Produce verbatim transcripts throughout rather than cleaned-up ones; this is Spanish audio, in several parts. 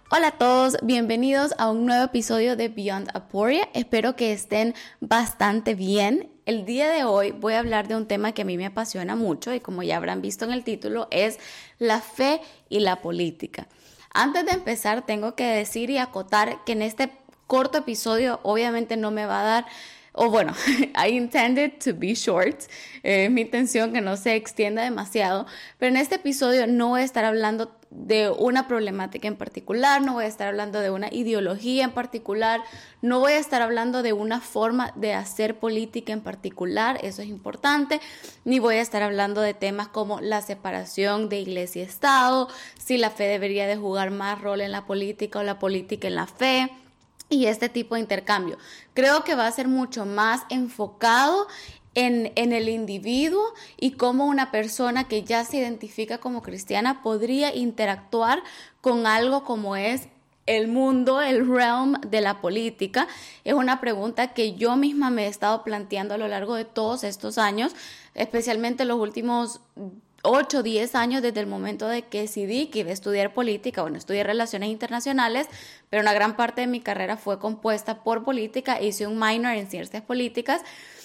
Hola a todos, bienvenidos a un nuevo episodio de Beyond Aporia. Espero que estén bastante bien. El día de hoy voy a hablar de un tema que a mí me apasiona mucho y como ya habrán visto en el título es la fe y la política. Antes de empezar tengo que decir y acotar que en este corto episodio obviamente no me va a dar, o bueno, I intended to be short, es eh, mi intención que no se extienda demasiado, pero en este episodio no voy a estar hablando de una problemática en particular, no voy a estar hablando de una ideología en particular, no voy a estar hablando de una forma de hacer política en particular, eso es importante, ni voy a estar hablando de temas como la separación de iglesia y Estado, si la fe debería de jugar más rol en la política o la política en la fe, y este tipo de intercambio. Creo que va a ser mucho más enfocado En, en el individuo y cómo una persona que ya se identifica como cristiana podría interactuar con algo como es el mundo, el realm de la política. Es una pregunta que yo misma me he estado planteando a lo largo de todos estos años, especialmente los últimos ocho o diez años desde el momento de que decidí que iba a estudiar política. Bueno, estudié relaciones internacionales, pero una gran parte de mi carrera fue compuesta por política. Hice un minor en ciencias políticas.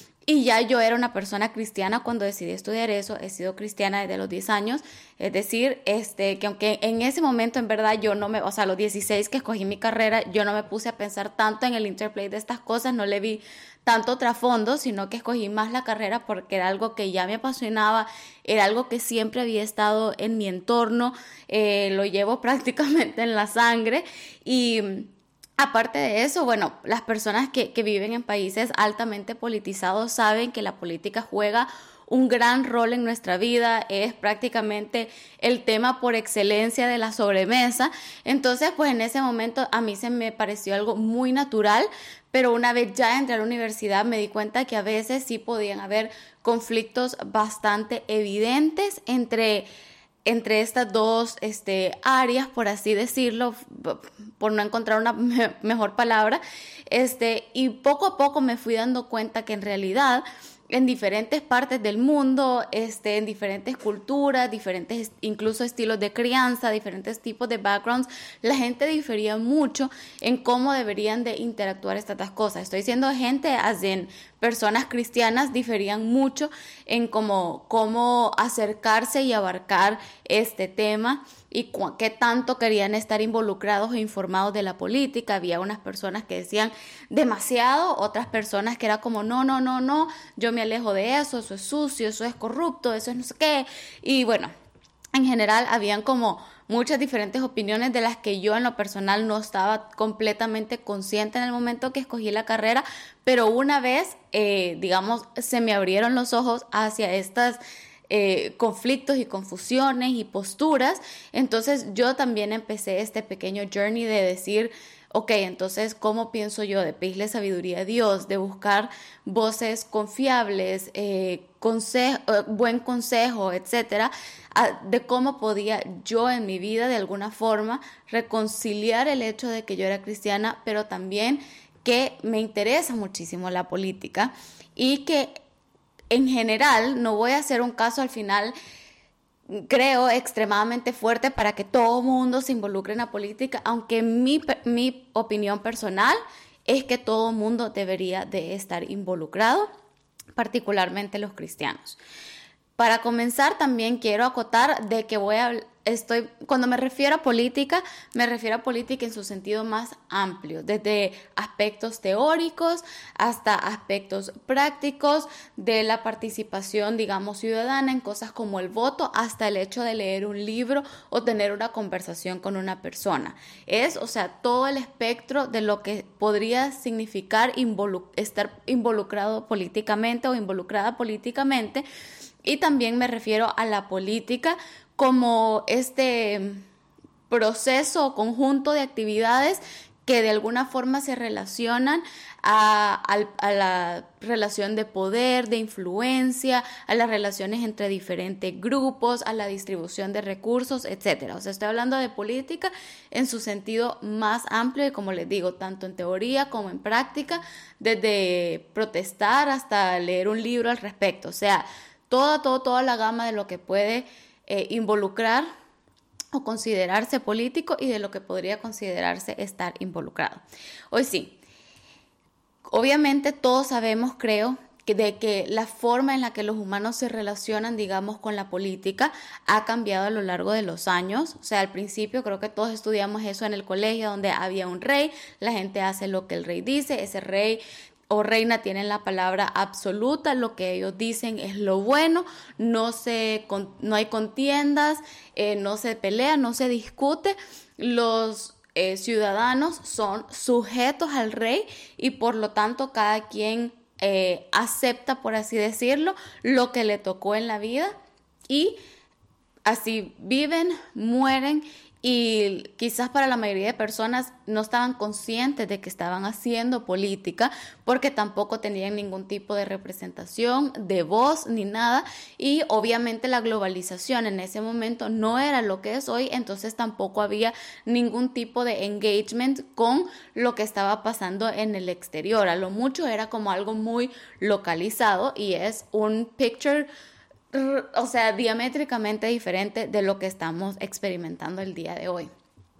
Y ya yo era una persona cristiana cuando decidí estudiar eso, he sido cristiana desde los diez años, es decir, este, que aunque en ese momento en verdad yo no me, o sea, a los dieciséis que escogí mi carrera, yo no me puse a pensar tanto en el interplay de estas cosas, no le vi tanto trasfondo, sino que escogí más la carrera porque era algo que ya me apasionaba, era algo que siempre había estado en mi entorno, eh, lo llevo prácticamente en la sangre y... Aparte de eso, bueno, las personas que, que viven en países altamente politizados saben que la política juega un gran rol en nuestra vida, es prácticamente el tema por excelencia de la sobremesa. Entonces, pues en ese momento a mí se me pareció algo muy natural, pero una vez ya entré a la universidad me di cuenta que a veces sí podían haber conflictos bastante evidentes entre... entre estas dos este, áreas, por así decirlo, por no encontrar una me- mejor palabra, este, y poco a poco me fui dando cuenta que en realidad en diferentes partes del mundo, este, en diferentes culturas, diferentes incluso estilos de crianza, diferentes tipos de backgrounds, la gente difería mucho en cómo deberían de interactuar estas dos cosas. Estoy diciendo gente, as in, personas cristianas diferían mucho en cómo, cómo acercarse y abarcar este tema y cu- qué tanto querían estar involucrados e informados de la política. Había unas personas que decían demasiado, otras personas que era como no, no, no, no, yo me alejo de eso, eso es sucio, eso es corrupto, eso es no sé qué. Y bueno, en general habían como muchas diferentes opiniones de las que yo en lo personal no estaba completamente consciente en el momento que escogí la carrera, pero una vez, eh, digamos, se me abrieron los ojos hacia estas eh, conflictos y confusiones y posturas, entonces yo también empecé este pequeño journey de decir, ok, entonces, ¿cómo pienso yo? De pedirle sabiduría a Dios, de buscar voces confiables, eh, consejo, eh, buen consejo, etcétera, a, de cómo podía yo en mi vida de alguna forma reconciliar el hecho de que yo era cristiana, pero también que me interesa muchísimo la política y que en general no voy a hacer un caso al final creo extremadamente fuerte para que todo el mundo se involucre en la política, aunque mi, mi opinión personal es que todo el mundo debería de estar involucrado, particularmente los cristianos. Para comenzar, también quiero acotar de que voy a estoy cuando me refiero a política, me refiero a política en su sentido más amplio, desde aspectos teóricos hasta aspectos prácticos de la participación, digamos, ciudadana en cosas como el voto, hasta el hecho de leer un libro o tener una conversación con una persona. Es, o sea, todo el espectro de lo que podría significar involu- estar involucrado políticamente o involucrada políticamente. Y también me refiero a la política como este proceso o conjunto de actividades que de alguna forma se relacionan a, a, a la relación de poder, de influencia, a las relaciones entre diferentes grupos, a la distribución de recursos, etcétera. O sea, estoy hablando de política en su sentido más amplio y, como les digo, tanto en teoría como en práctica, desde protestar hasta leer un libro al respecto. O sea, toda, toda, toda la gama de lo que puede eh, involucrar o considerarse político y de lo que podría considerarse estar involucrado. Hoy sí, obviamente todos sabemos, creo, que de que la forma en la que los humanos se relacionan, digamos, con la política ha cambiado a lo largo de los años. O sea, al principio creo que todos estudiamos eso en el colegio, donde había un rey, la gente hace lo que el rey dice, ese rey o reina tienen la palabra absoluta, lo que ellos dicen es lo bueno, no, se, no hay contiendas, eh, no se pelea, no se discute, los eh, ciudadanos son sujetos al rey y por lo tanto cada quien eh, acepta, por así decirlo, lo que le tocó en la vida y así viven, mueren. Y quizás para la mayoría de personas no estaban conscientes de que estaban haciendo política porque tampoco tenían ningún tipo de representación, de voz ni nada. Y obviamente la globalización en ese momento no era lo que es hoy, entonces tampoco había ningún tipo de engagement con lo que estaba pasando en el exterior. A lo mucho era como algo muy localizado y es un picture, o sea, diamétricamente diferente de lo que estamos experimentando el día de hoy.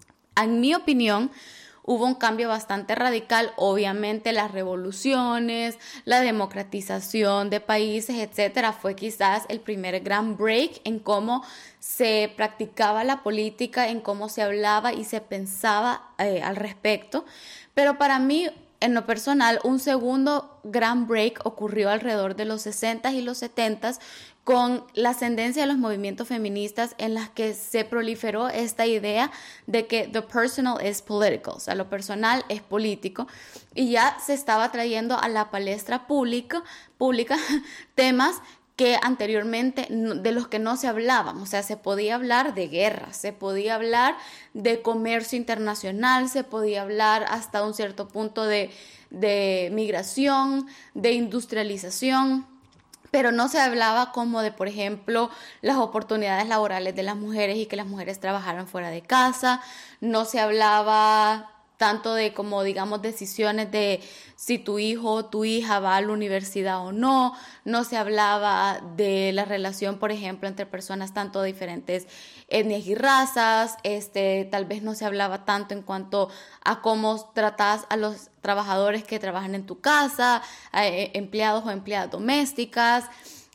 En mi opinión, hubo un cambio bastante radical. Obviamente las revoluciones, la democratización de países, etcétera, fue quizás el primer gran break en cómo se practicaba la política, en cómo se hablaba y se pensaba eh, al respecto. Pero para mí, en lo personal, un segundo gran break ocurrió alrededor de los sesentas y los setentas con la ascendencia de los movimientos feministas en las que se proliferó esta idea de que the personal is political, o sea, lo personal es político, y ya se estaba trayendo a la palestra pública, pública temas que anteriormente de los que no se hablaban. O sea, se podía hablar de guerra, se podía hablar de comercio internacional, se podía hablar hasta un cierto punto de, de migración, de industrialización, pero no se hablaba como de, por ejemplo, las oportunidades laborales de las mujeres y que las mujeres trabajaran fuera de casa. No se hablaba tanto de como, digamos, decisiones de si tu hijo o tu hija va a la universidad o no. No se hablaba de la relación, por ejemplo, entre personas tanto de diferentes etnias y razas. Este, tal vez no se hablaba tanto en cuanto a cómo tratas a los trabajadores que trabajan en tu casa, a, eh, empleados o empleadas domésticas.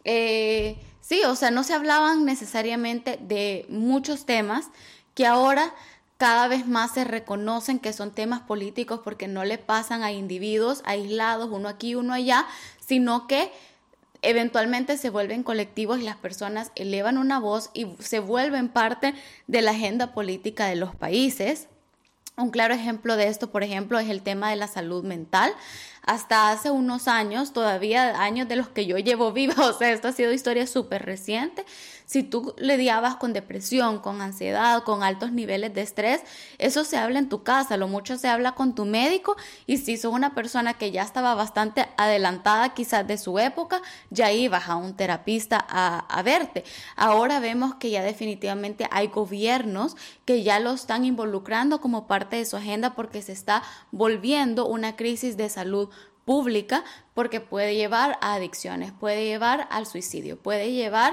Eh, sí, o sea, no se hablaban necesariamente de muchos temas que ahora cada vez más se reconocen que son temas políticos porque no le pasan a individuos aislados, uno aquí, uno allá, sino que eventualmente se vuelven colectivos y las personas elevan una voz y se vuelven parte de la agenda política de los países. Un claro ejemplo de esto, por ejemplo, es el tema de la salud mental. Hasta hace unos años, todavía años de los que yo llevo viva, o sea, esto ha sido historia súper reciente. Si tú lidiabas con depresión, con ansiedad, con altos niveles de estrés, eso se habla en tu casa, lo mucho se habla con tu médico, y si sos una persona que ya estaba bastante adelantada quizás de su época, ya ibas a un terapista a, a verte. Ahora vemos que ya definitivamente hay gobiernos que ya lo están involucrando como parte de su agenda porque se está volviendo una crisis de salud pública, porque puede llevar a adicciones, puede llevar al suicidio, puede llevar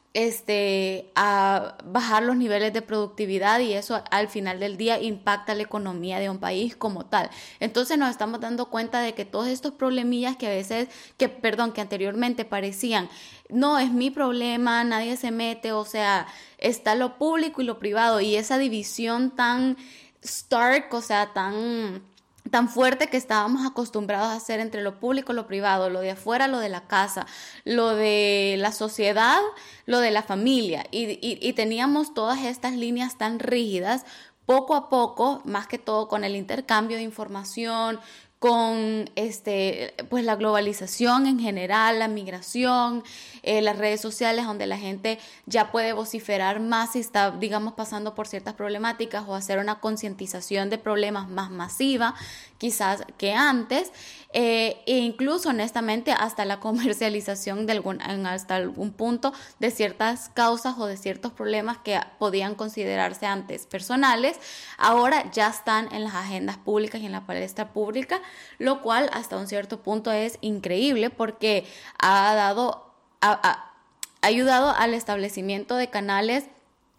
este, a bajar los niveles de productividad, y eso al final del día impacta la economía de un país como tal. Entonces nos estamos dando cuenta de que todos estos problemillas que a veces, que perdón, que anteriormente parecían, no es mi problema, nadie se mete, o sea, está lo público y lo privado, y esa división tan stark, o sea, tan tan fuerte que estábamos acostumbrados a hacer entre lo público y lo privado, lo de afuera, lo de la casa, lo de la sociedad, lo de la familia, y, y, y teníamos todas estas líneas tan rígidas. Poco a poco, más que todo con el intercambio de información, con este, pues la globalización en general, la migración, eh, las redes sociales donde la gente ya puede vociferar más si está, digamos, pasando por ciertas problemáticas, o hacer una concientización de problemas más masiva quizás que antes, eh, e incluso honestamente hasta la comercialización de algún, hasta algún punto de ciertas causas o de ciertos problemas que podían considerarse antes personales, ahora ya están en las agendas públicas y en la palestra pública, lo cual hasta un cierto punto es increíble porque ha dado, ha, ha ayudado al establecimiento de canales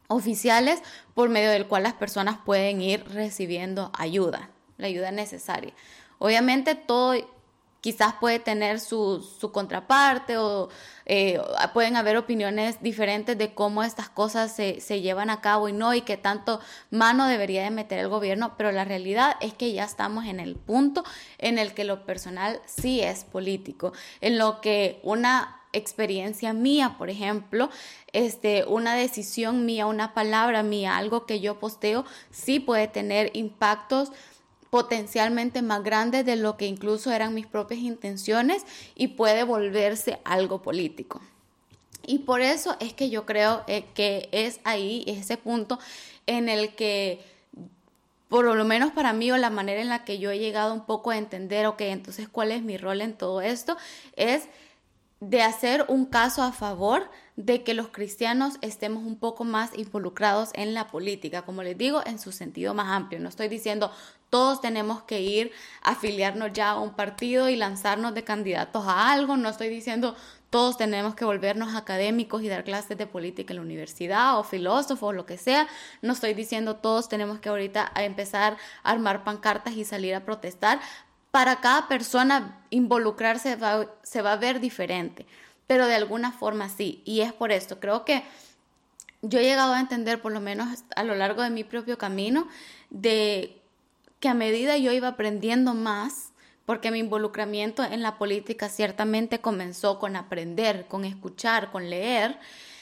oficiales por medio del cual las personas pueden ir recibiendo ayuda, la ayuda necesaria. Obviamente todo quizás puede tener su, su contraparte o eh, pueden haber opiniones diferentes de cómo estas cosas se, se llevan a cabo y no, y qué tanto mano debería de meter el gobierno, pero la realidad es que ya estamos en el punto en el que lo personal sí es político, en lo que una experiencia mía, por ejemplo, este, una decisión mía, una palabra mía, algo que yo posteo, sí puede tener impactos potencialmente más grandes de lo que incluso eran mis propias intenciones y puede volverse algo político. Y por eso es que yo creo eh, que es ahí, ese punto en el que, por lo menos para mí, o la manera en la que yo he llegado un poco a entender, ok, entonces cuál es mi rol en todo esto, es de hacer un caso a favor de que los cristianos estemos un poco más involucrados en la política, como les digo, en su sentido más amplio. No estoy diciendo todos tenemos que ir a afiliarnos ya a un partido y lanzarnos de candidatos a algo, no estoy diciendo todos tenemos que volvernos académicos y dar clases de política en la universidad o filósofos o lo que sea, no estoy diciendo todos tenemos que ahorita empezar a armar pancartas y salir a protestar. Para cada persona involucrarse va, se va a ver diferente, pero de alguna forma sí, y es por esto. Creo que yo he llegado a entender, por lo menos a lo largo de mi propio camino, de que a medida yo iba aprendiendo más, porque mi involucramiento en la política ciertamente comenzó con aprender, con escuchar, con leer,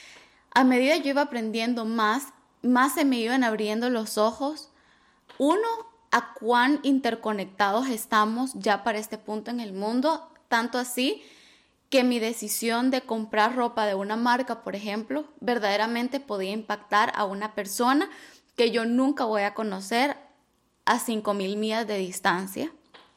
a medida yo iba aprendiendo más, más se me iban abriendo los ojos, uno, a cuán interconectados estamos ya para este punto en el mundo, tanto así que mi decisión de comprar ropa de una marca, por ejemplo, verdaderamente podía impactar a una persona que yo nunca voy a conocer a cinco mil millas de distancia.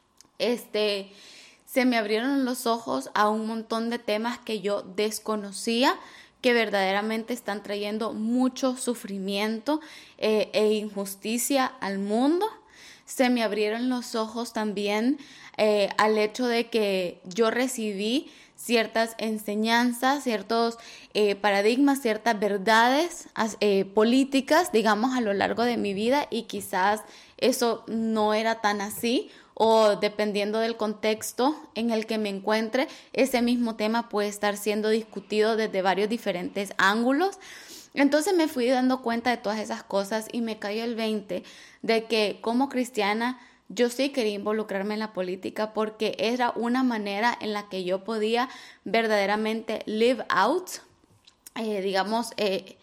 Este, se me abrieron los ojos a un montón de temas que yo desconocía, que verdaderamente están trayendo mucho sufrimiento eh, e injusticia al mundo. Se me abrieron los ojos también eh, al hecho de que yo recibí ciertas enseñanzas, ciertos eh, paradigmas, ciertas verdades eh, políticas, digamos, a lo largo de mi vida, y quizás eso no era tan así, o dependiendo del contexto en el que me encuentre, ese mismo tema puede estar siendo discutido desde varios diferentes ángulos. Entonces me fui dando cuenta de todas esas cosas y me cayó el veinte de que como cristiana yo sí quería involucrarme en la política porque era una manera en la que yo podía verdaderamente live out, eh, digamos, eh,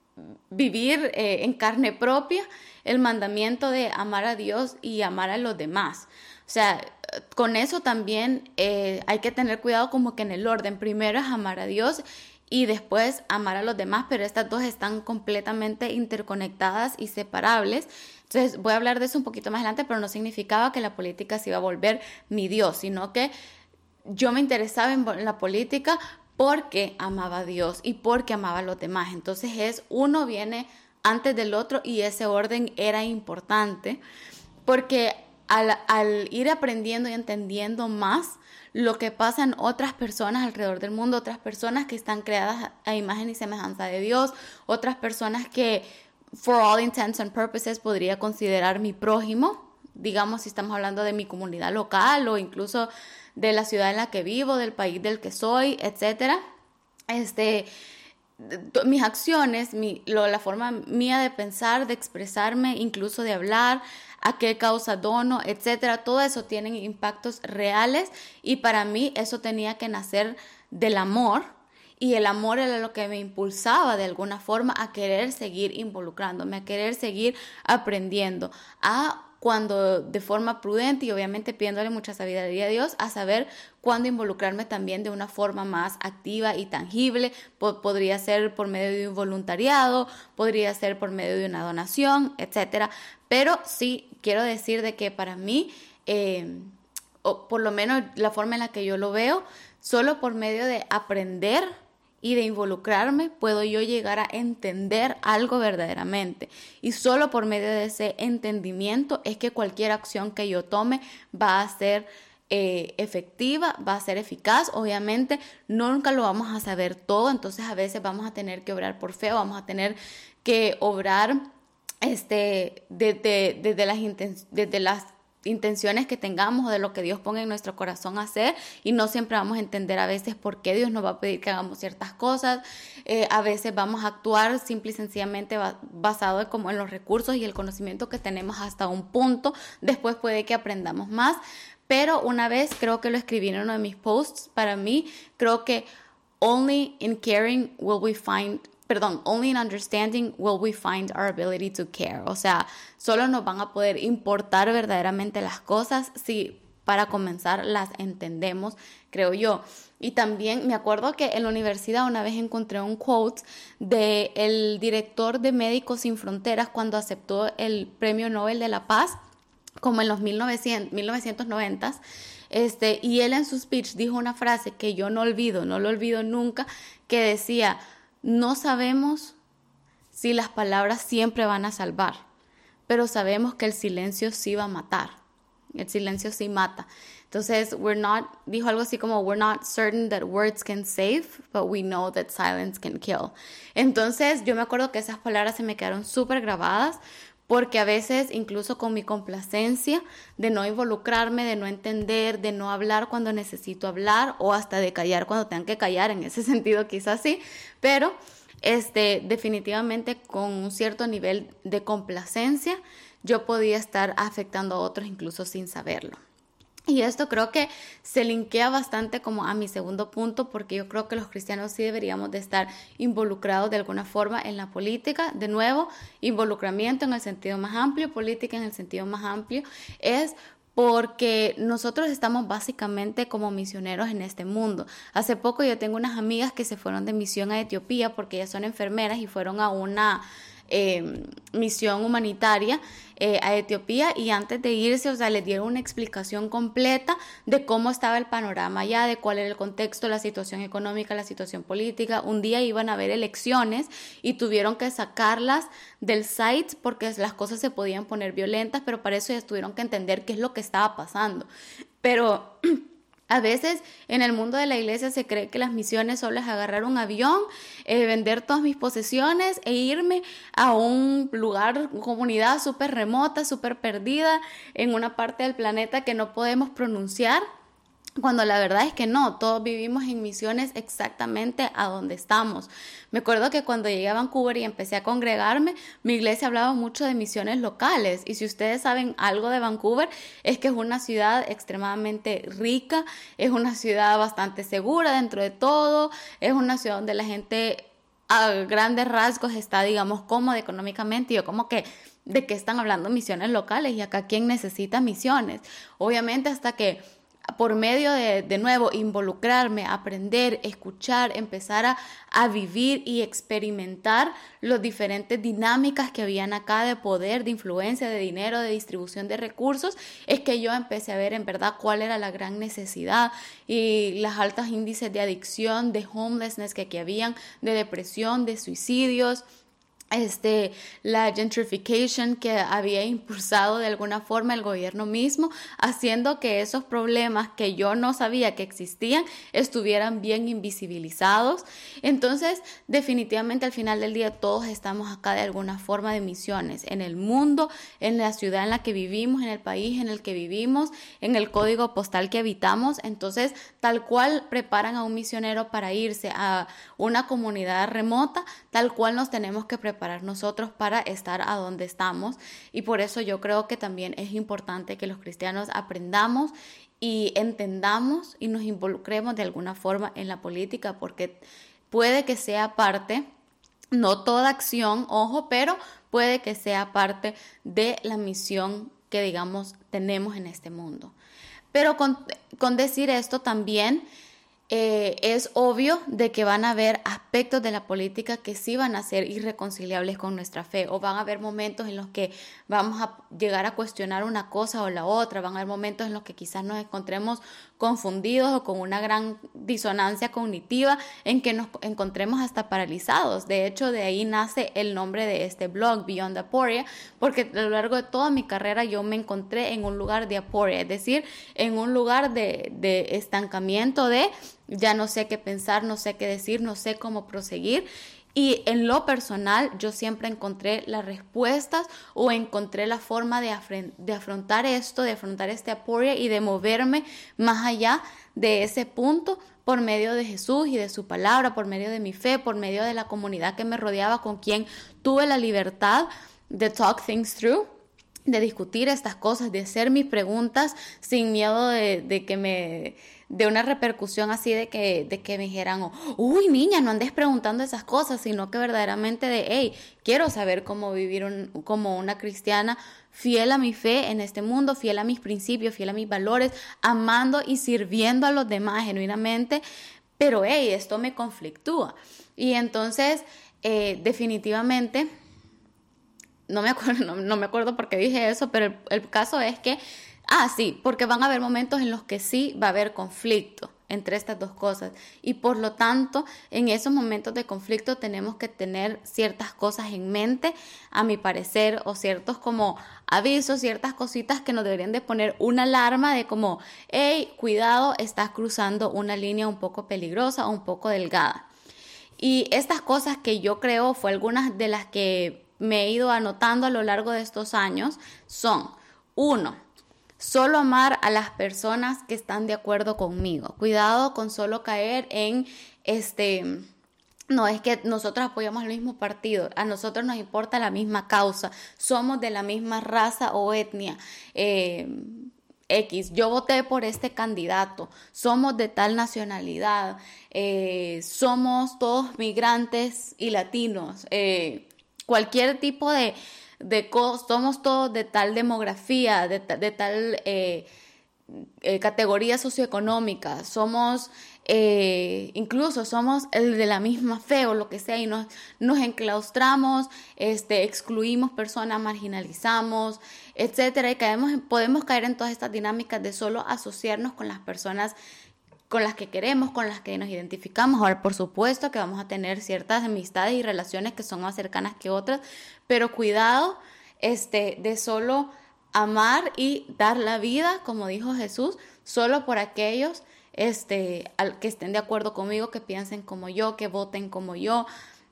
vivir eh, en carne propia el mandamiento de amar a Dios y amar a los demás. O sea, con eso también eh, hay que tener cuidado como que en el orden. Primero es amar a Dios y después amar a los demás, pero estas dos están completamente interconectadas y separables. Entonces voy a hablar de eso un poquito más adelante, pero no significaba que la política se iba a volver mi Dios, sino que yo me interesaba en la política porque amaba a Dios y porque amaba a los demás. Entonces es uno viene antes del otro y ese orden era importante porque al, al ir aprendiendo y entendiendo más lo que pasa en otras personas alrededor del mundo, otras personas que están creadas a imagen y semejanza de Dios, otras personas que for all intents and purposes podría considerar mi prójimo, digamos si estamos hablando de mi comunidad local o incluso de la ciudad en la que vivo, del país del que soy, etcétera. Este, mis acciones, mi, lo, la forma mía de pensar, de expresarme, incluso de hablar, a qué causa dono, etcétera, todo eso tiene impactos reales y para mí eso tenía que nacer del amor. Y el amor era lo que me impulsaba de alguna forma a querer seguir involucrándome, a querer seguir aprendiendo, a cuando de forma prudente y obviamente pidiéndole mucha sabiduría a Dios, a saber cuándo involucrarme también de una forma más activa y tangible. P- podría ser por medio de un voluntariado, podría ser por medio de una donación, etcétera. Pero sí quiero decir de que para mí, eh, o por lo menos la forma en la que yo lo veo, solo por medio de aprender y de involucrarme puedo yo llegar a entender algo verdaderamente, y solo por medio de ese entendimiento es que cualquier acción que yo tome va a ser eh, efectiva, va a ser eficaz. Obviamente nunca lo vamos a saber todo, entonces a veces vamos a tener que obrar por fe, vamos a tener que obrar este, desde, desde, las, inten- desde las intenciones que tengamos o de lo que Dios ponga en nuestro corazón a hacer, y no siempre vamos a entender a veces por qué Dios nos va a pedir que hagamos ciertas cosas. Eh, a veces vamos a actuar simple y sencillamente basado en, como en los recursos y el conocimiento que tenemos hasta un punto. Después puede que aprendamos más, pero una vez, creo que lo escribí en uno de mis posts, para mí creo que only in caring will we find Perdón, only in understanding will we find our ability to care. O sea, solo nos van a poder importar verdaderamente las cosas si para comenzar las entendemos, creo yo. Y también me acuerdo que en la universidad una vez encontré un quote del director de Médicos Sin Fronteras cuando aceptó el Premio Nobel de la Paz, como en los mil novecientos noventa. Este, y él en su speech dijo una frase que yo no olvido, no lo olvido nunca, que decía: no sabemos si las palabras siempre van a salvar, pero sabemos que el silencio sí va a matar. El silencio sí mata. Entonces, we're not, dijo algo así como, we're not certain that words can save, but we know that silence can kill. Entonces, yo me acuerdo que esas palabras se me quedaron súper grabadas, porque a veces, incluso con mi complacencia de no involucrarme, de no entender, de no hablar cuando necesito hablar, o hasta de callar cuando tengan que callar, en ese sentido quizás sí, pero este, definitivamente con un cierto nivel de complacencia yo podía estar afectando a otros incluso sin saberlo. Y esto creo que se linkea bastante como a mi segundo punto, porque yo creo que los cristianos sí deberíamos de estar involucrados de alguna forma en la política. De nuevo, involucramiento en el sentido más amplio, política en el sentido más amplio, es porque nosotros estamos básicamente como misioneros en este mundo. Hace poco yo tengo unas amigas que se fueron de misión a Etiopía porque ellas son enfermeras y fueron a una Eh, misión humanitaria eh, a Etiopía, y antes de irse, o sea, les dieron una explicación completa de cómo estaba el panorama allá, de cuál era el contexto, la situación económica, la situación política. Un día iban a haber elecciones y tuvieron que sacarlas del site porque las cosas se podían poner violentas, pero para eso ya tuvieron que entender qué es lo que estaba pasando. Pero a veces en el mundo de la iglesia se cree que las misiones solo es agarrar un avión, eh, vender todas mis posesiones e irme a un lugar, comunidad súper remota, súper perdida, en una parte del planeta que no podemos pronunciar, cuando la verdad es que no, todos vivimos en misiones exactamente a donde estamos. Me acuerdo que cuando llegué a Vancouver y empecé a congregarme, mi iglesia hablaba mucho de misiones locales, y si ustedes saben algo de Vancouver, es que es una ciudad extremadamente rica, es una ciudad bastante segura dentro de todo, es una ciudad donde la gente a grandes rasgos está, digamos, cómoda económicamente. Y yo como que, ¿de qué están hablando misiones locales? Y acá, ¿quién necesita misiones? Obviamente hasta que por medio de, de nuevo, involucrarme, aprender, escuchar, empezar a, a vivir y experimentar las diferentes dinámicas que habían acá de poder, de influencia, de dinero, de distribución de recursos, es que yo empecé a ver en verdad cuál era la gran necesidad y las altas índices de adicción, de homelessness que aquí habían, de depresión, de suicidios. Este, la gentrification que había impulsado de alguna forma el gobierno mismo, haciendo que esos problemas que yo no sabía que existían estuvieran bien invisibilizados. Entonces, definitivamente al final del día todos estamos acá de alguna forma de misiones, en el mundo, en la ciudad en la que vivimos, en el país en el que vivimos, en el código postal que habitamos. Entonces, tal cual preparan a un misionero para irse a una comunidad remota, tal cual nos tenemos que preparar para nosotros para estar a donde estamos. Y por eso yo creo que también es importante que los cristianos aprendamos y entendamos y nos involucremos de alguna forma en la política, porque puede que sea parte, no toda acción, ojo, pero puede que sea parte de la misión que, digamos, tenemos en este mundo. Pero con, con decir esto también, Eh, es obvio de que van a haber aspectos de la política que sí van a ser irreconciliables con nuestra fe, o van a haber momentos en los que vamos a llegar a cuestionar una cosa o la otra, van a haber momentos en los que quizás nos encontremos confundidos o con una gran disonancia cognitiva, en que nos encontremos hasta paralizados. De hecho, de ahí nace el nombre de este blog, Beyond Aporia, porque a lo largo de toda mi carrera yo me encontré en un lugar de aporia, es decir, en un lugar de, de estancamiento, de ya no sé qué pensar, no sé qué decir, no sé cómo proseguir. Y en lo personal, yo siempre encontré las respuestas o encontré la forma de, afren- de afrontar esto, de afrontar este apoyo y de moverme más allá de ese punto por medio de Jesús y de su palabra, por medio de mi fe, por medio de la comunidad que me rodeaba, con quien tuve la libertad de talk things through, de discutir estas cosas, de hacer mis preguntas sin miedo de, de que me... de una repercusión así de que, de que me dijeran, oh, uy, niña, no andes preguntando esas cosas, sino que verdaderamente de, hey, quiero saber cómo vivir un, como una cristiana fiel a mi fe en este mundo, fiel a mis principios, fiel a mis valores, amando y sirviendo a los demás genuinamente, pero, hey, esto me conflictúa. Y entonces, eh, definitivamente, no me acuerdo, no, no me acuerdo por qué dije eso, pero el, el caso es que Ah, sí, porque van a haber momentos en los que sí va a haber conflicto entre estas dos cosas, y por lo tanto en esos momentos de conflicto tenemos que tener ciertas cosas en mente, a mi parecer, o ciertos como avisos, ciertas cositas que nos deberían de poner una alarma de como, hey, cuidado, estás cruzando una línea un poco peligrosa o un poco delgada. Y estas cosas que yo creo fue algunas de las que me he ido anotando a lo largo de estos años son, uno, solo amar a las personas que están de acuerdo conmigo. Cuidado con solo caer en este... No, es que nosotros apoyamos al mismo partido, a nosotros nos importa la misma causa, somos de la misma raza o etnia. Eh, X, yo voté por este candidato, somos de tal nacionalidad, eh, somos todos migrantes y latinos, eh, cualquier tipo de... de somos todos de tal demografía, de, de tal eh, eh, categoría socioeconómica, somos eh, incluso somos el de la misma fe o lo que sea, y nos, nos enclaustramos, este, excluimos personas, marginalizamos, etcétera, y caemos, podemos caer en todas estas dinámicas de solo asociarnos con las personas con las que queremos, con las que nos identificamos. Ahora, por supuesto que vamos a tener ciertas amistades y relaciones que son más cercanas que otras, pero cuidado este, de solo amar y dar la vida, como dijo Jesús, solo por aquellos este, al, que estén de acuerdo conmigo, que piensen como yo, que voten como yo,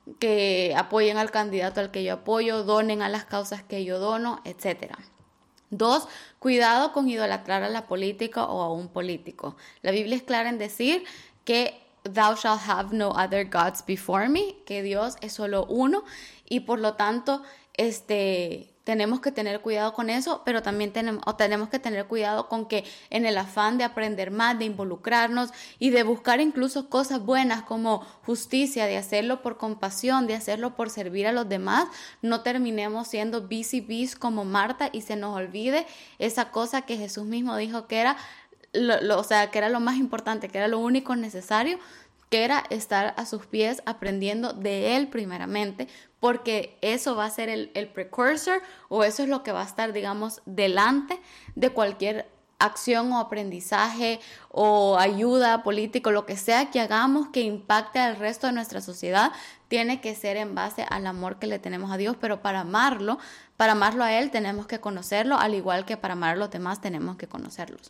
que apoyen al candidato al que yo apoyo, donen a las causas que yo dono, etcétera. Dos, cuidado con idolatrar a la política o a un político. La Biblia es clara en decir que thou shalt have no other gods before me, que Dios es solo uno, y por lo tanto este, tenemos que tener cuidado con eso, pero también tenemos, o tenemos que tener cuidado con que en el afán de aprender más, de involucrarnos y de buscar incluso cosas buenas como justicia, de hacerlo por compasión, de hacerlo por servir a los demás, no terminemos siendo busy bees como Marta y se nos olvide esa cosa que Jesús mismo dijo que era lo, lo, o sea, que era lo más importante, que era lo único necesario, que era estar a sus pies aprendiendo de Él primeramente, porque eso va a ser el, el precursor, o eso es lo que va a estar, digamos, delante de cualquier acción o aprendizaje o ayuda política, lo que sea que hagamos que impacte al resto de nuestra sociedad, tiene que ser en base al amor que le tenemos a Dios, pero para amarlo, para amarlo a Él tenemos que conocerlo, al igual que para amar a los demás tenemos que conocerlos.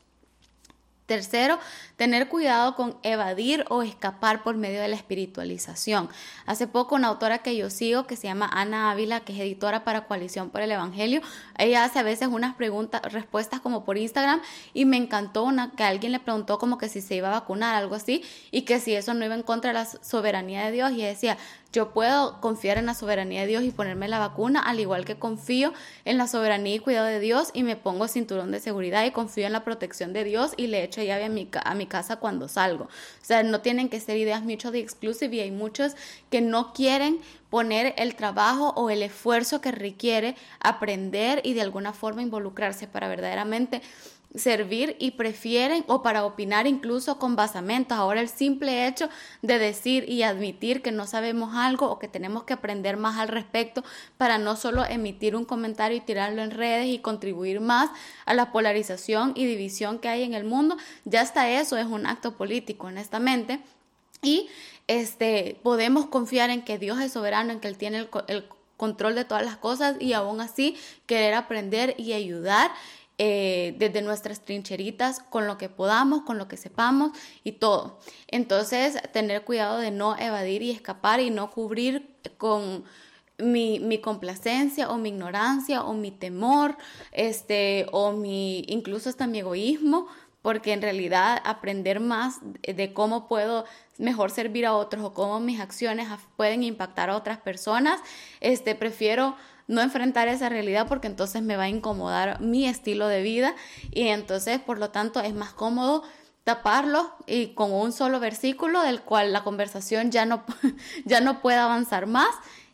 Tercero, tener cuidado con evadir o escapar por medio de la espiritualización. Hace poco una autora que yo sigo, que se llama Ana Ávila, que es editora para Coalición por el Evangelio, ella hace a veces unas preguntas, respuestas como por Instagram, y me encantó una que alguien le preguntó como que si se iba a vacunar, algo así, y que si eso no iba en contra de la soberanía de Dios, y ella decía, yo puedo confiar en la soberanía de Dios y ponerme la vacuna, al igual que confío en la soberanía y cuidado de Dios y me pongo cinturón de seguridad y confío en la protección de Dios y le echo llave a mi, a mi casa cuando salgo. O sea, no tienen que ser ideas mutually exclusive, y hay muchos que no quieren poner el trabajo o el esfuerzo que requiere aprender y de alguna forma involucrarse para verdaderamente servir y prefieren, o para opinar incluso con basamentos. Ahora el simple hecho de decir y admitir que no sabemos algo o que tenemos que aprender más al respecto para no solo emitir un comentario y tirarlo en redes y contribuir más a la polarización y división que hay en el mundo, ya hasta eso es un acto político, honestamente. Y este, podemos confiar en que Dios es soberano, en que Él tiene el, el control de todas las cosas, y aún así querer aprender y ayudar Eh, desde nuestras trincheritas, con lo que podamos, con lo que sepamos y todo. Entonces, tener cuidado de no evadir y escapar y no cubrir con mi, mi complacencia o mi ignorancia o mi temor, este, o mi, incluso hasta mi egoísmo, porque en realidad aprender más de, de cómo puedo mejor servir a otros o cómo mis acciones pueden impactar a otras personas, este, prefiero no enfrentar esa realidad, porque entonces me va a incomodar mi estilo de vida, y entonces por lo tanto es más cómodo taparlo y con un solo versículo del cual la conversación ya no, ya no puede avanzar más,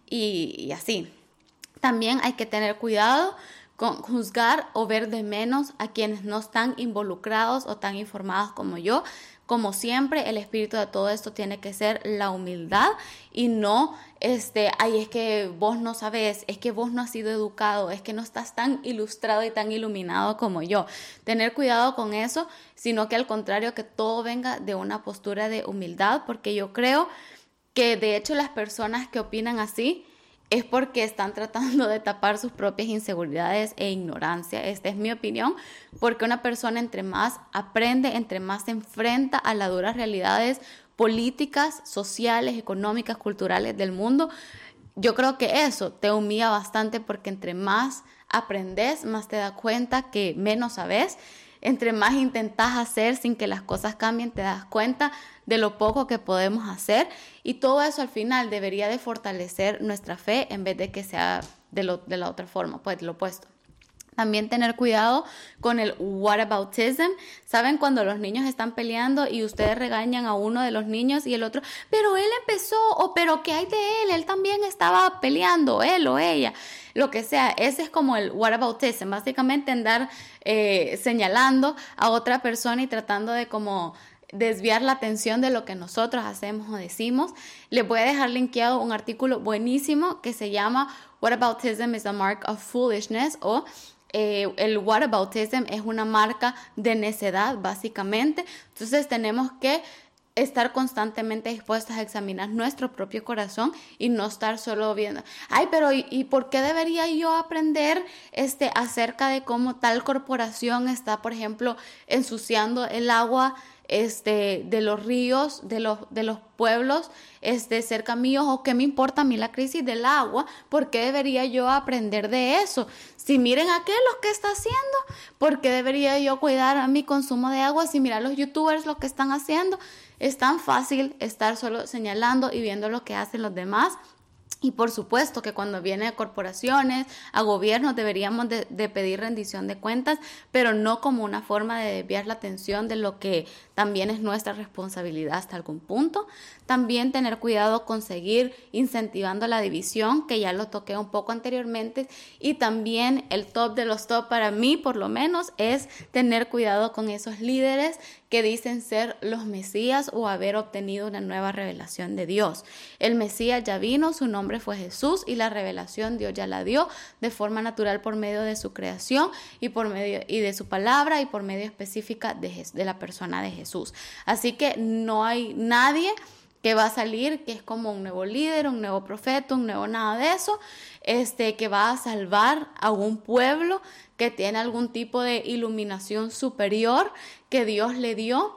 y, y así. También hay que tener cuidado con juzgar o ver de menos a quienes no están involucrados o tan informados como yo. Como siempre, el espíritu de todo esto tiene que ser la humildad, y no, este, ay, es que vos no sabes, es que vos no has sido educado, es que no estás tan ilustrado y tan iluminado como yo. Tener cuidado con eso, sino que al contrario, que todo venga de una postura de humildad, porque yo creo que de hecho las personas que opinan así es porque están tratando de tapar sus propias inseguridades e ignorancia. Esta es mi opinión, porque una persona entre más aprende, entre más se enfrenta a las duras realidades políticas, sociales, económicas, culturales del mundo, yo creo que eso te humilla bastante, porque entre más aprendes, más te das cuenta que menos sabes. Entre más intentas hacer sin que las cosas cambien, te das cuenta de lo poco que podemos hacer, y todo eso al final debería de fortalecer nuestra fe en vez de que sea de, lo, de la otra forma, pues lo opuesto. También tener cuidado con el whataboutism. ¿Saben cuando los niños están peleando y ustedes regañan a uno de los niños y el otro, pero él empezó, o pero qué hay de él, él también estaba peleando, él o ella, lo que sea? Ese es como el whataboutism, básicamente andar eh, señalando a otra persona y tratando de como desviar la atención de lo que nosotros hacemos o decimos. Les voy a dejar linkeado un artículo buenísimo que se llama Whataboutism is a Mark of Foolishness, o Eh, el whataboutism es una marca de necedad, básicamente. Entonces tenemos que estar constantemente dispuestas a examinar nuestro propio corazón y no estar solo viendo, ay, pero ¿y, y por qué debería yo aprender este, acerca de cómo tal corporación está, por ejemplo, ensuciando el agua este, de los ríos, de los, de los pueblos este, cerca míos? ¿O qué me importa a mí la crisis del agua? ¿Por qué debería yo aprender de eso? Si miren aquel lo que está haciendo, ¿por qué debería yo cuidar a mi consumo de agua? Si miran los youtubers lo que están haciendo. Es tan fácil estar solo señalando y viendo lo que hacen los demás. Y por supuesto que cuando viene a corporaciones, a gobiernos, deberíamos de, de pedir rendición de cuentas, pero no como una forma de desviar la atención de lo que también es nuestra responsabilidad hasta algún punto. También tener cuidado con seguir incentivando la división, que ya lo toqué un poco anteriormente. Y también el top de los top para mí, por lo menos, es tener cuidado con esos líderes que dicen ser los Mesías o haber obtenido una nueva revelación de Dios. El Mesías ya vino, su nombre fue Jesús, y la revelación Dios ya la dio de forma natural por medio de su creación y por medio y de su palabra y por medio específica de, de la persona de Jesús. Así que no hay nadie que va a salir que es como un nuevo líder, un nuevo profeta, un nuevo nada de eso, este, que va a salvar a un pueblo que tiene algún tipo de iluminación superior que Dios le dio,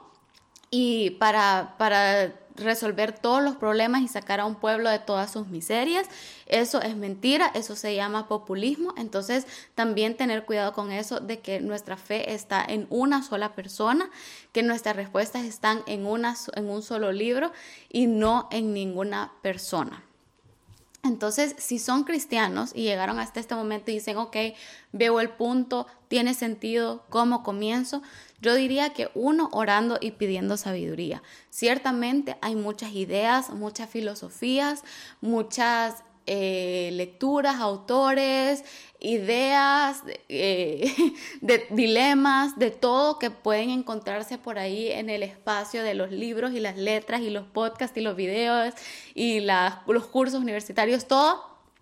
y para, para resolver todos los problemas y sacar a un pueblo de todas sus miserias. Eso es mentira, eso se llama populismo. Entonces también tener cuidado con eso, de que nuestra fe está en una sola persona, que nuestras respuestas están en, una, en un solo libro y no en ninguna persona. Entonces, si son cristianos y llegaron hasta este momento y dicen, ok, veo el punto, tiene sentido, ¿cómo comienzo? Yo diría que uno, orando y pidiendo sabiduría. Ciertamente hay muchas ideas, muchas filosofías, muchas eh, lecturas, autores, ideas, eh, de dilemas, de todo que pueden encontrarse por ahí en el espacio de los libros y las letras y los podcasts y los videos y las, los cursos universitarios, todo,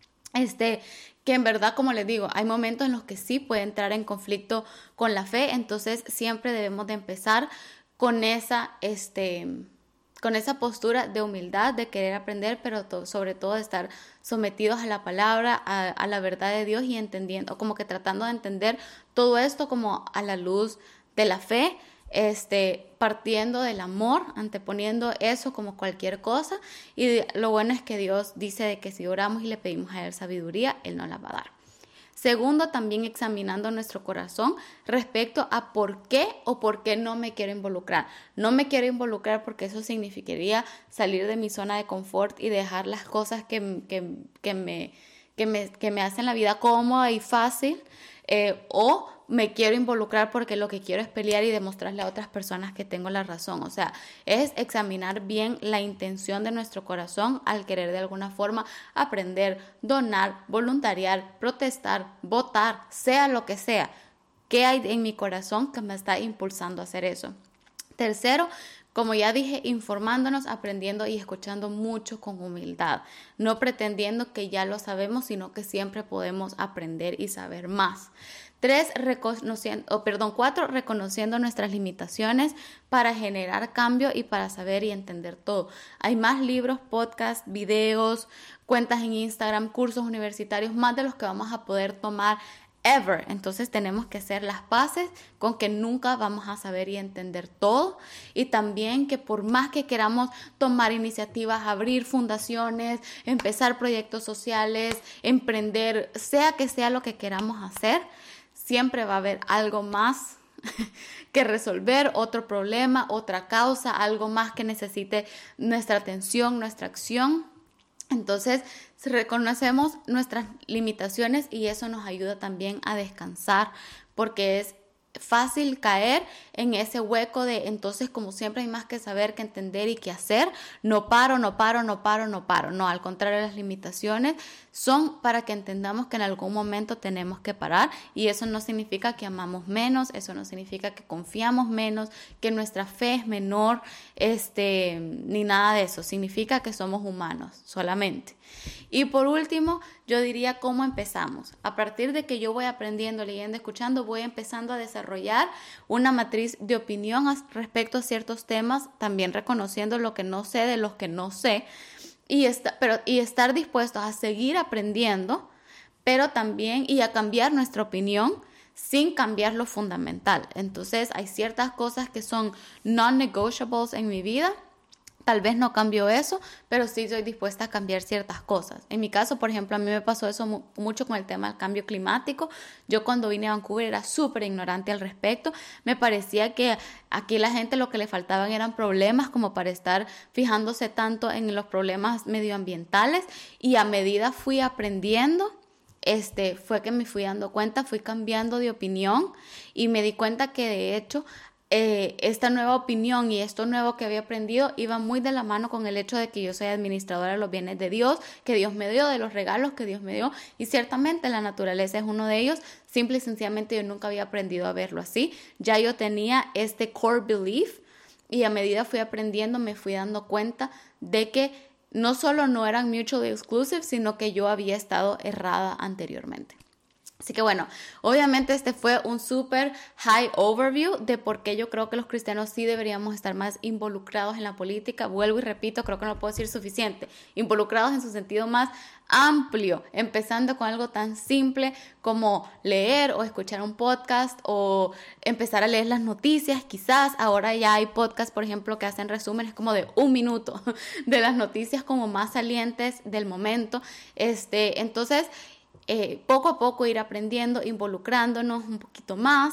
este, que en verdad, como les digo, hay momentos en los que sí puede entrar en conflicto con la fe, entonces siempre debemos de empezar con esa, este, con esa postura de humildad, de querer aprender, pero to- sobre todo de estar sometidos a la palabra, a, a la verdad de Dios y entendiendo, como que tratando de entender todo esto como a la luz de la fe, este, partiendo del amor, anteponiendo eso como cualquier cosa. Y lo bueno es que Dios dice de que si oramos y le pedimos a Él sabiduría, Él nos la va a dar. Segundo, también examinando nuestro corazón respecto a por qué o por qué no me quiero involucrar. No me quiero involucrar porque eso significaría salir de mi zona de confort y dejar las cosas que, que, que, me, que, me, que me hacen la vida cómoda y fácil, eh, o me quiero involucrar porque lo que quiero es pelear y demostrarle a otras personas que tengo la razón. O sea, es examinar bien la intención de nuestro corazón al querer de alguna forma aprender, donar, voluntariar, protestar, votar, sea lo que sea. ¿Qué hay en mi corazón que me está impulsando a hacer eso? Tercero, como ya dije, informándonos, aprendiendo y escuchando mucho con humildad, no pretendiendo que ya lo sabemos, sino que siempre podemos aprender y saber más. Tres, reconociendo, oh, perdón, cuatro, reconociendo nuestras limitaciones para generar cambio y para saber y entender todo. Hay más libros, podcasts, videos, cuentas en Instagram, cursos universitarios, más de los que vamos a poder tomar ever. Entonces tenemos que hacer las paces con que nunca vamos a saber y entender todo, y también que por más que queramos tomar iniciativas, abrir fundaciones, empezar proyectos sociales, emprender, sea que sea lo que queramos hacer, siempre va a haber algo más que resolver, otro problema, otra causa, algo más que necesite nuestra atención, nuestra acción. Entonces, reconocemos nuestras limitaciones y eso nos ayuda también a descansar, porque es fácil caer en ese hueco de entonces, como siempre hay más que saber, que entender y que hacer, no paro, no paro, no paro, no paro. No, al contrario, las limitaciones son para que entendamos que en algún momento tenemos que parar, y eso no significa que amamos menos, eso no significa que confiamos menos, que nuestra fe es menor, este, ni nada de eso. Significa que somos humanos solamente. Y por último, yo diría cómo empezamos. A partir de que yo voy aprendiendo, leyendo, escuchando, voy empezando a desarrollar una matriz de opinión respecto a ciertos temas, también reconociendo lo que no sé de los que no sé, y, está, pero, y estar dispuestos a seguir aprendiendo, pero también y a cambiar nuestra opinión sin cambiar lo fundamental. Entonces hay ciertas cosas que son non-negotiables en mi vida. Tal vez no cambio eso, pero sí estoy dispuesta a cambiar ciertas cosas. En mi caso, por ejemplo, a mí me pasó eso mu- mucho con el tema del cambio climático. Yo cuando vine a Vancouver era súper ignorante al respecto. Me parecía que aquí la gente lo que le faltaban eran problemas, como para estar fijándose tanto en los problemas medioambientales. Y a medida fui aprendiendo, este, fue que me fui dando cuenta, fui cambiando de opinión y me di cuenta que de hecho Eh, esta nueva opinión y esto nuevo que había aprendido iba muy de la mano con el hecho de que yo soy administradora de los bienes de Dios, que Dios me dio, de los regalos que Dios me dio, y ciertamente la naturaleza es uno de ellos. Simple y sencillamente yo nunca había aprendido a verlo así. Ya yo tenía este core belief, y a medida fui aprendiendo me fui dando cuenta de que no solo no eran mutually exclusive, sino que yo había estado errada anteriormente. Así que bueno, obviamente este fue un súper high overview de por qué yo creo que los cristianos sí deberíamos estar más involucrados en la política. Vuelvo y repito, creo que no puedo decir suficiente. Involucrados en su sentido más amplio, empezando con algo tan simple como leer o escuchar un podcast o empezar a leer las noticias. Quizás ahora ya hay podcasts, por ejemplo, que hacen resúmenes como de un minuto de las noticias como más salientes del momento. Este, entonces... Eh, poco a poco ir aprendiendo, involucrándonos un poquito más.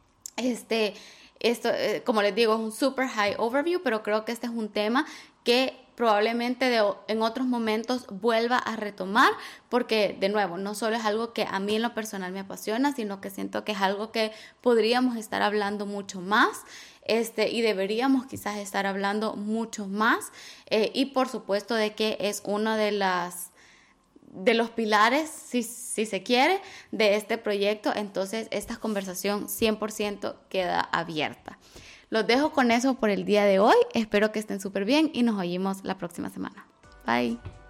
Este, esto, eh, como les digo, es un super high overview, pero creo que este es un tema que probablemente de, en otros momentos vuelva a retomar, porque de nuevo, no solo es algo que a mí en lo personal me apasiona, sino que siento que es algo que podríamos estar hablando mucho más. Este, y deberíamos quizás estar hablando mucho más, eh, y por supuesto de que es una de las de los pilares, si, si se quiere, de este proyecto. Entonces esta conversación cien por ciento queda abierta. Los dejo con eso por el día de hoy. Espero que estén súper bien y nos oímos la próxima semana. Bye.